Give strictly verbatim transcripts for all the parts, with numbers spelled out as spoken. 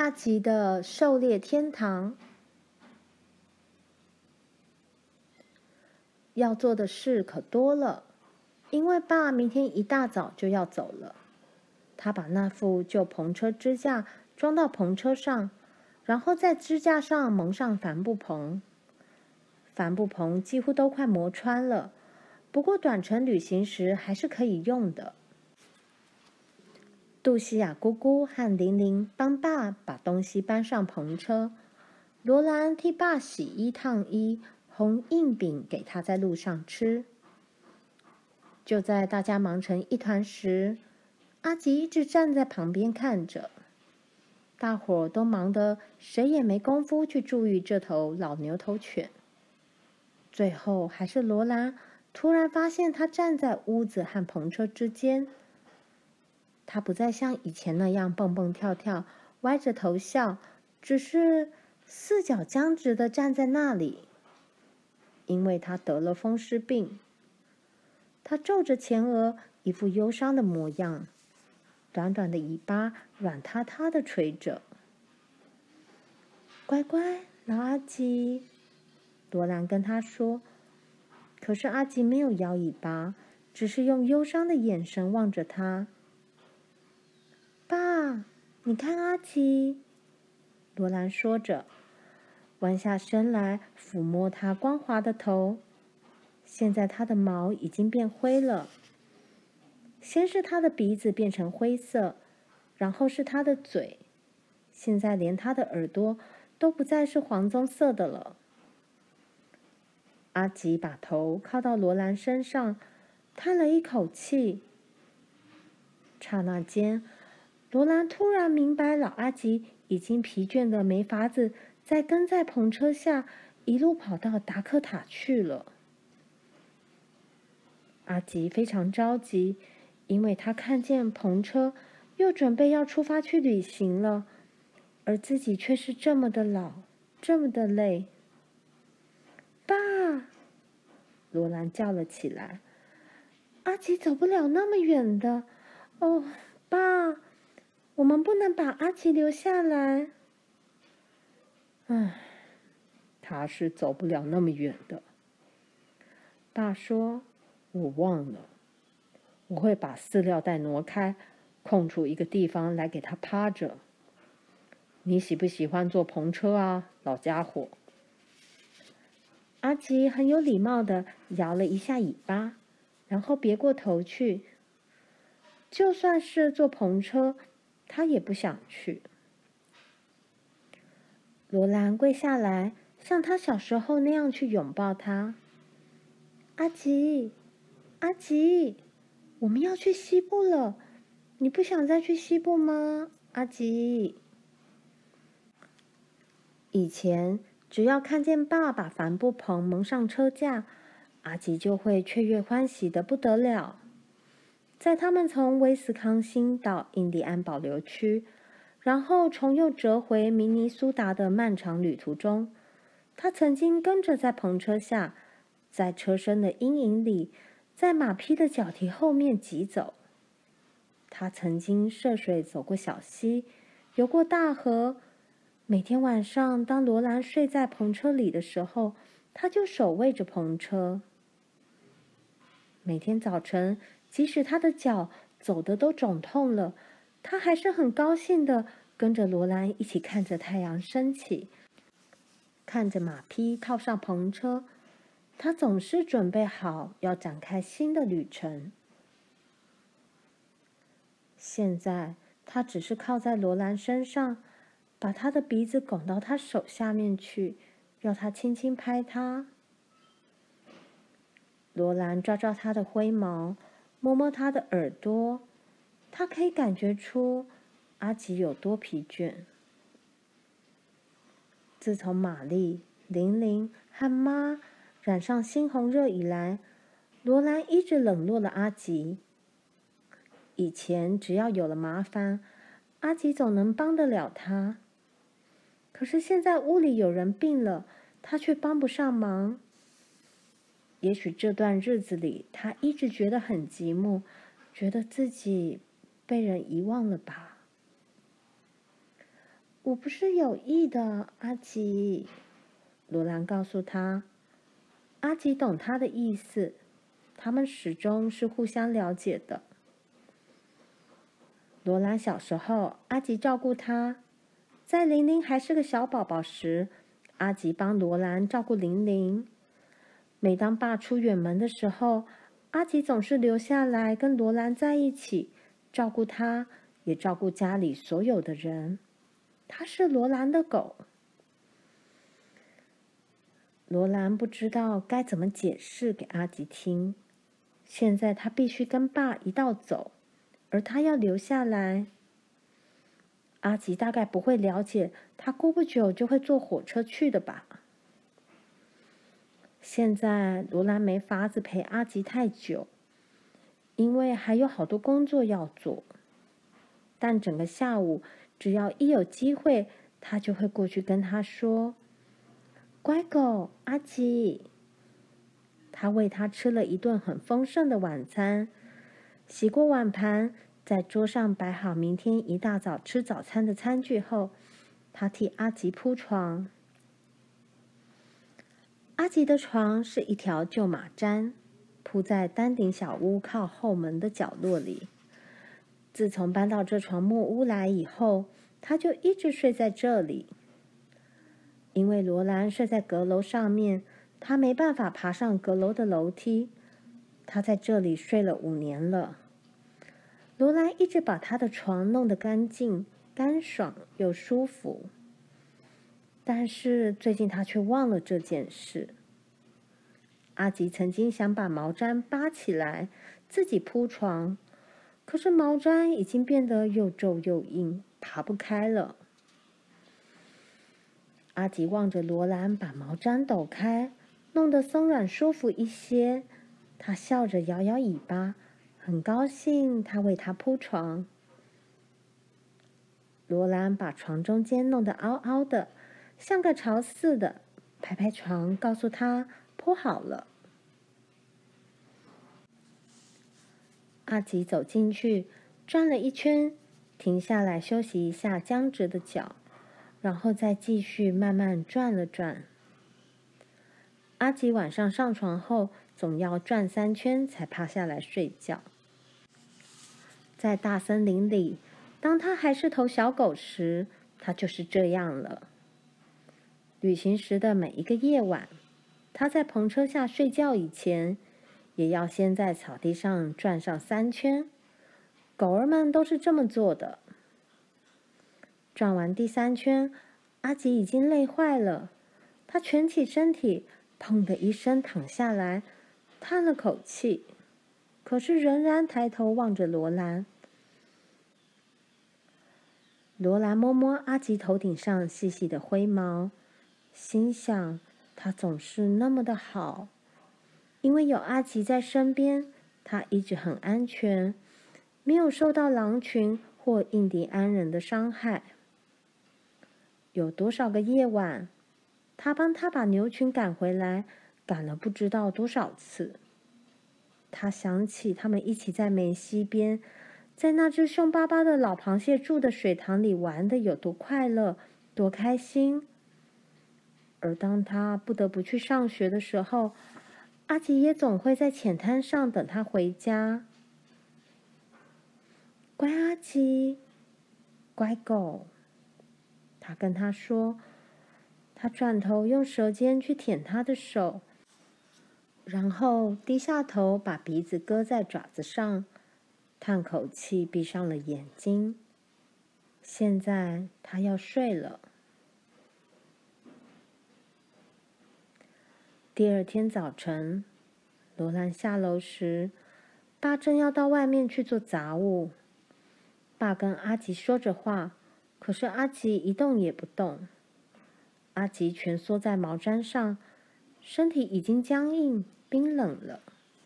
阿吉的狩猎天堂。要做的事可多了，因为爸明天一大早就要走了。他把那副旧篷车支架装到篷车上，然后在支架上蒙上帆布棚。帆布棚几乎都快磨穿了，不过短程旅行时还是可以用的。杜西亚姑姑和玲玲帮爸把东西搬上篷车，罗兰替爸洗衣烫衣，烘硬饼给他在路上吃。就在大家忙成一团时，阿吉一直站在旁边看着。大伙都忙得谁也没工夫去注意这头老牛头犬。最后还是罗兰突然发现他站在屋子和篷车之间。他不再像以前那样蹦蹦跳跳，歪着头笑，只是四脚僵直地站在那里。因为他得了风湿病。他皱着前额，一副忧伤的模样，短短的尾巴软塌塌地垂着。乖乖，老阿吉，罗兰跟他说。可是阿吉没有摇尾巴，只是用忧伤的眼神望着他。爸，你看阿吉，罗兰说着，弯下身来抚摸他光滑的头。现在他的毛已经变灰了，先是他的鼻子变成灰色，然后是他的嘴，现在连他的耳朵都不再是黄棕色的了。阿吉把头靠到罗兰身上，叹了一口气。刹那间，罗兰突然明白老阿吉已经疲倦的没法子再跟在篷车下一路跑到达科塔去了。阿吉非常着急，因为他看见篷车又准备要出发去旅行了，而自己却是这么的老，这么的累。爸！罗兰叫了起来。阿吉走不了那么远的。哦，爸，我们不能把阿吉留下来。唉，他是走不了那么远的。爸说，我忘了，我会把饲料袋挪开，空出一个地方来给他趴着。你喜不喜欢坐篷车啊，老家伙？阿吉很有礼貌地摇了一下尾巴，然后别过头去。就算是坐篷车，他也不想去。罗兰跪下来，像他小时候那样去拥抱他。阿吉，阿吉，我们要去西部了，你不想再去西部吗？阿吉。以前只要看见爸把帆布棚蒙上车架，阿吉就会雀跃欢喜得不得了。在他们从威斯康星到印第安保留区，然后重又折回明尼苏达的漫长旅途中，他曾经跟着在篷车下，在车身的阴影里，在马匹的脚蹄后面疾走。他曾经涉水走过小溪，游过大河。每天晚上，当罗兰睡在篷车里的时候，他就守卫着篷车。每天早晨，即使他的脚走得都肿痛了，他还是很高兴地跟着罗兰一起看着太阳升起，看着马匹套上篷车。他总是准备好要展开新的旅程。现在，他只是靠在罗兰身上，把他的鼻子拱到他手下面去，要他轻轻拍他。罗兰抓抓他的灰毛，摸摸他的耳朵，他可以感觉出阿吉有多疲倦。自从玛丽、玲玲和妈染上猩红热以来，罗兰一直冷落了阿吉。以前只要有了麻烦，阿吉总能帮得了他。可是现在屋里有人病了，他却帮不上忙。也许这段日子里，他一直觉得很寂寞，觉得自己被人遗忘了吧。 我不是有意的，阿吉。罗兰告诉他。阿吉懂他的意思，他们始终是互相了解的。罗兰小时候，阿吉照顾他，在玲玲还是个小宝宝时，阿吉帮罗兰照顾玲玲。每当爸出远门的时候，阿吉总是留下来跟罗兰在一起，照顾他，也照顾家里所有的人。他是罗兰的狗。罗兰不知道该怎么解释给阿吉听。现在他必须跟爸一道走，而他要留下来。阿吉大概不会了解，他过不久就会坐火车去的吧。现在罗兰没法子陪阿吉太久，因为还有好多工作要做。但整个下午，只要一有机会，他就会过去跟他说：“乖狗，阿吉。”他喂他吃了一顿很丰盛的晚餐，洗过碗盘，在桌上摆好明天一大早吃早餐的餐具后，他替阿吉铺床。阿吉的床是一条旧马毡，铺在单顶小屋靠后门的角落里。自从搬到这床木屋来以后，他就一直睡在这里。因为罗兰睡在阁楼上面，他没办法爬上阁楼的楼梯。他在这里睡了五年了。罗兰一直把他的床弄得干净、干爽又舒服。但是最近他却忘了这件事。阿吉曾经想把毛毡扒起来，自己铺床，可是毛毡已经变得又皱又硬，爬不开了。阿吉望着罗兰把毛毡抖开，弄得松软舒服一些，他笑着摇摇尾巴，很高兴他为他铺床。罗兰把床中间弄得凹凹的，像个巢似的，拍拍床，告诉他铺好了。阿吉走进去，转了一圈，停下来休息一下僵直的脚，然后再继续慢慢转了转。阿吉晚上上床后，总要转三圈才趴下来睡觉。在大森林里，当他还是头小狗时，他就是这样了。旅行时的每一个夜晚，他在篷车下睡觉以前，也要先在草地上转上三圈。狗儿们都是这么做的。转完第三圈，阿吉已经累坏了，他蜷起身体，砰的一声躺下来，叹了口气，可是仍然抬头望着罗兰。罗兰摸摸阿吉头顶上细细的灰毛，心想他总是那么的好，因为有阿吉在身边，他一直很安全，没有受到狼群或印第安人的伤害。有多少个夜晚，他帮他把牛群赶回来，赶了不知道多少次。他想起他们一起在梅溪边，在那只凶巴巴的老螃蟹住的水塘里玩的有多快乐，多开心。而当他不得不去上学的时候，阿吉也总会在浅滩上等他回家。乖阿吉，乖狗，他跟他说。他转头用舌尖去舔他的手，然后低下头把鼻子搁在爪子上，叹口气，闭上了眼睛。现在他要睡了。第二天早晨，罗兰下楼时，爸正要到外面去做杂物。爸跟阿吉说着话，可是阿吉一动也不动。阿吉蜷缩在毛毡上，身体已经僵硬、冰冷了。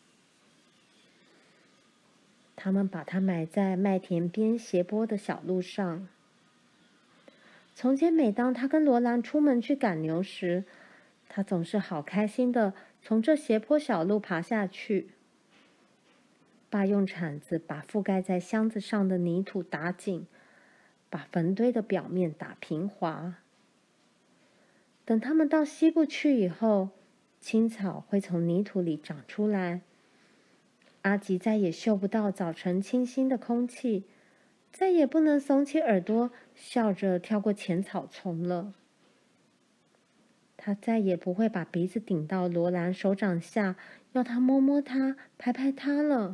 他们把他埋在麦田边斜坡的小路上。从前，每当他跟罗兰出门去赶牛时，他总是好开心的从这斜坡小路爬下去。爸用铲子把覆盖在箱子上的泥土打紧， 把坟堆的表面打平滑。等他们到西部去以后，青草会从泥土里长出来。阿吉再也嗅不到早晨清新的空气，再也不能耸起耳朵笑着跳过浅草丛了。他再也不会把鼻子顶到罗兰手掌下，要他摸摸他、拍拍他了。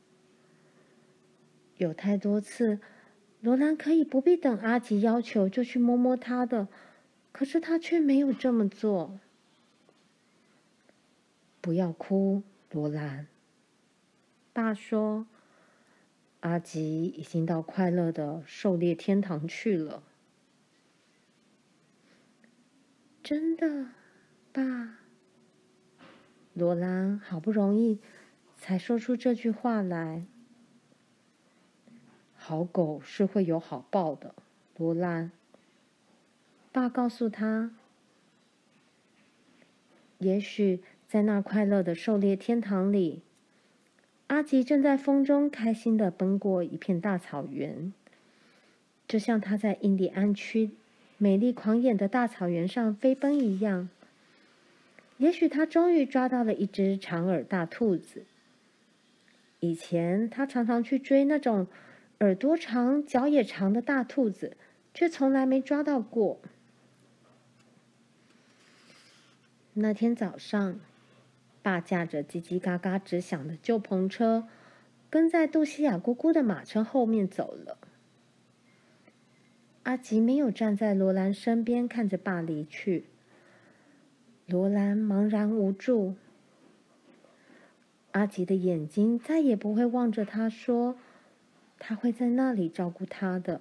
有太多次，罗兰可以不必等阿吉要求就去摸摸他的，可是他却没有这么做。不要哭，罗兰。爸说，阿吉已经到快乐的狩猎天堂去了。真的，爸。罗兰好不容易才说出这句话来。好狗是会有好报的，罗兰。爸告诉他，也许在那快乐的狩猎天堂里，阿吉正在风中开心地奔过一片大草原，就像他在印第安区美丽狂野的大草原上飞奔一样。也许他终于抓到了一只长耳大兔子。以前他常常去追那种耳朵长、脚也长的大兔子，却从来没抓到过。那天早上，爸驾着叽叽嘎嘎直响的旧篷车，跟在杜西亚姑姑的马车后面走了。阿吉没有站在罗兰身边看着爸离去。罗兰茫然无助。阿吉的眼睛再也不会望着他说，他会在那里照顾他的。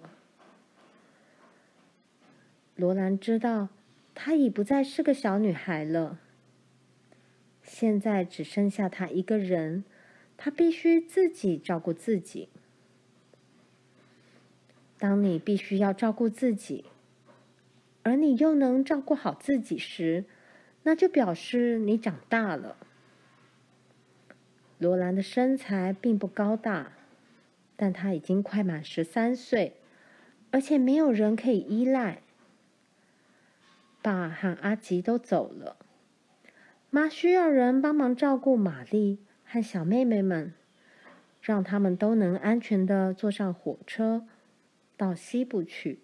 罗兰知道，她已不再是个小女孩了。现在只剩下她一个人，她必须自己照顾自己。当你必须要照顾自己，而你又能照顾好自己时，那就表示你长大了。罗兰的身材并不高大，但她已经快满十三岁，而且没有人可以依赖。爸和阿吉都走了，妈需要人帮忙照顾玛丽和小妹妹们，让他们都能安全地坐上火车到西部去。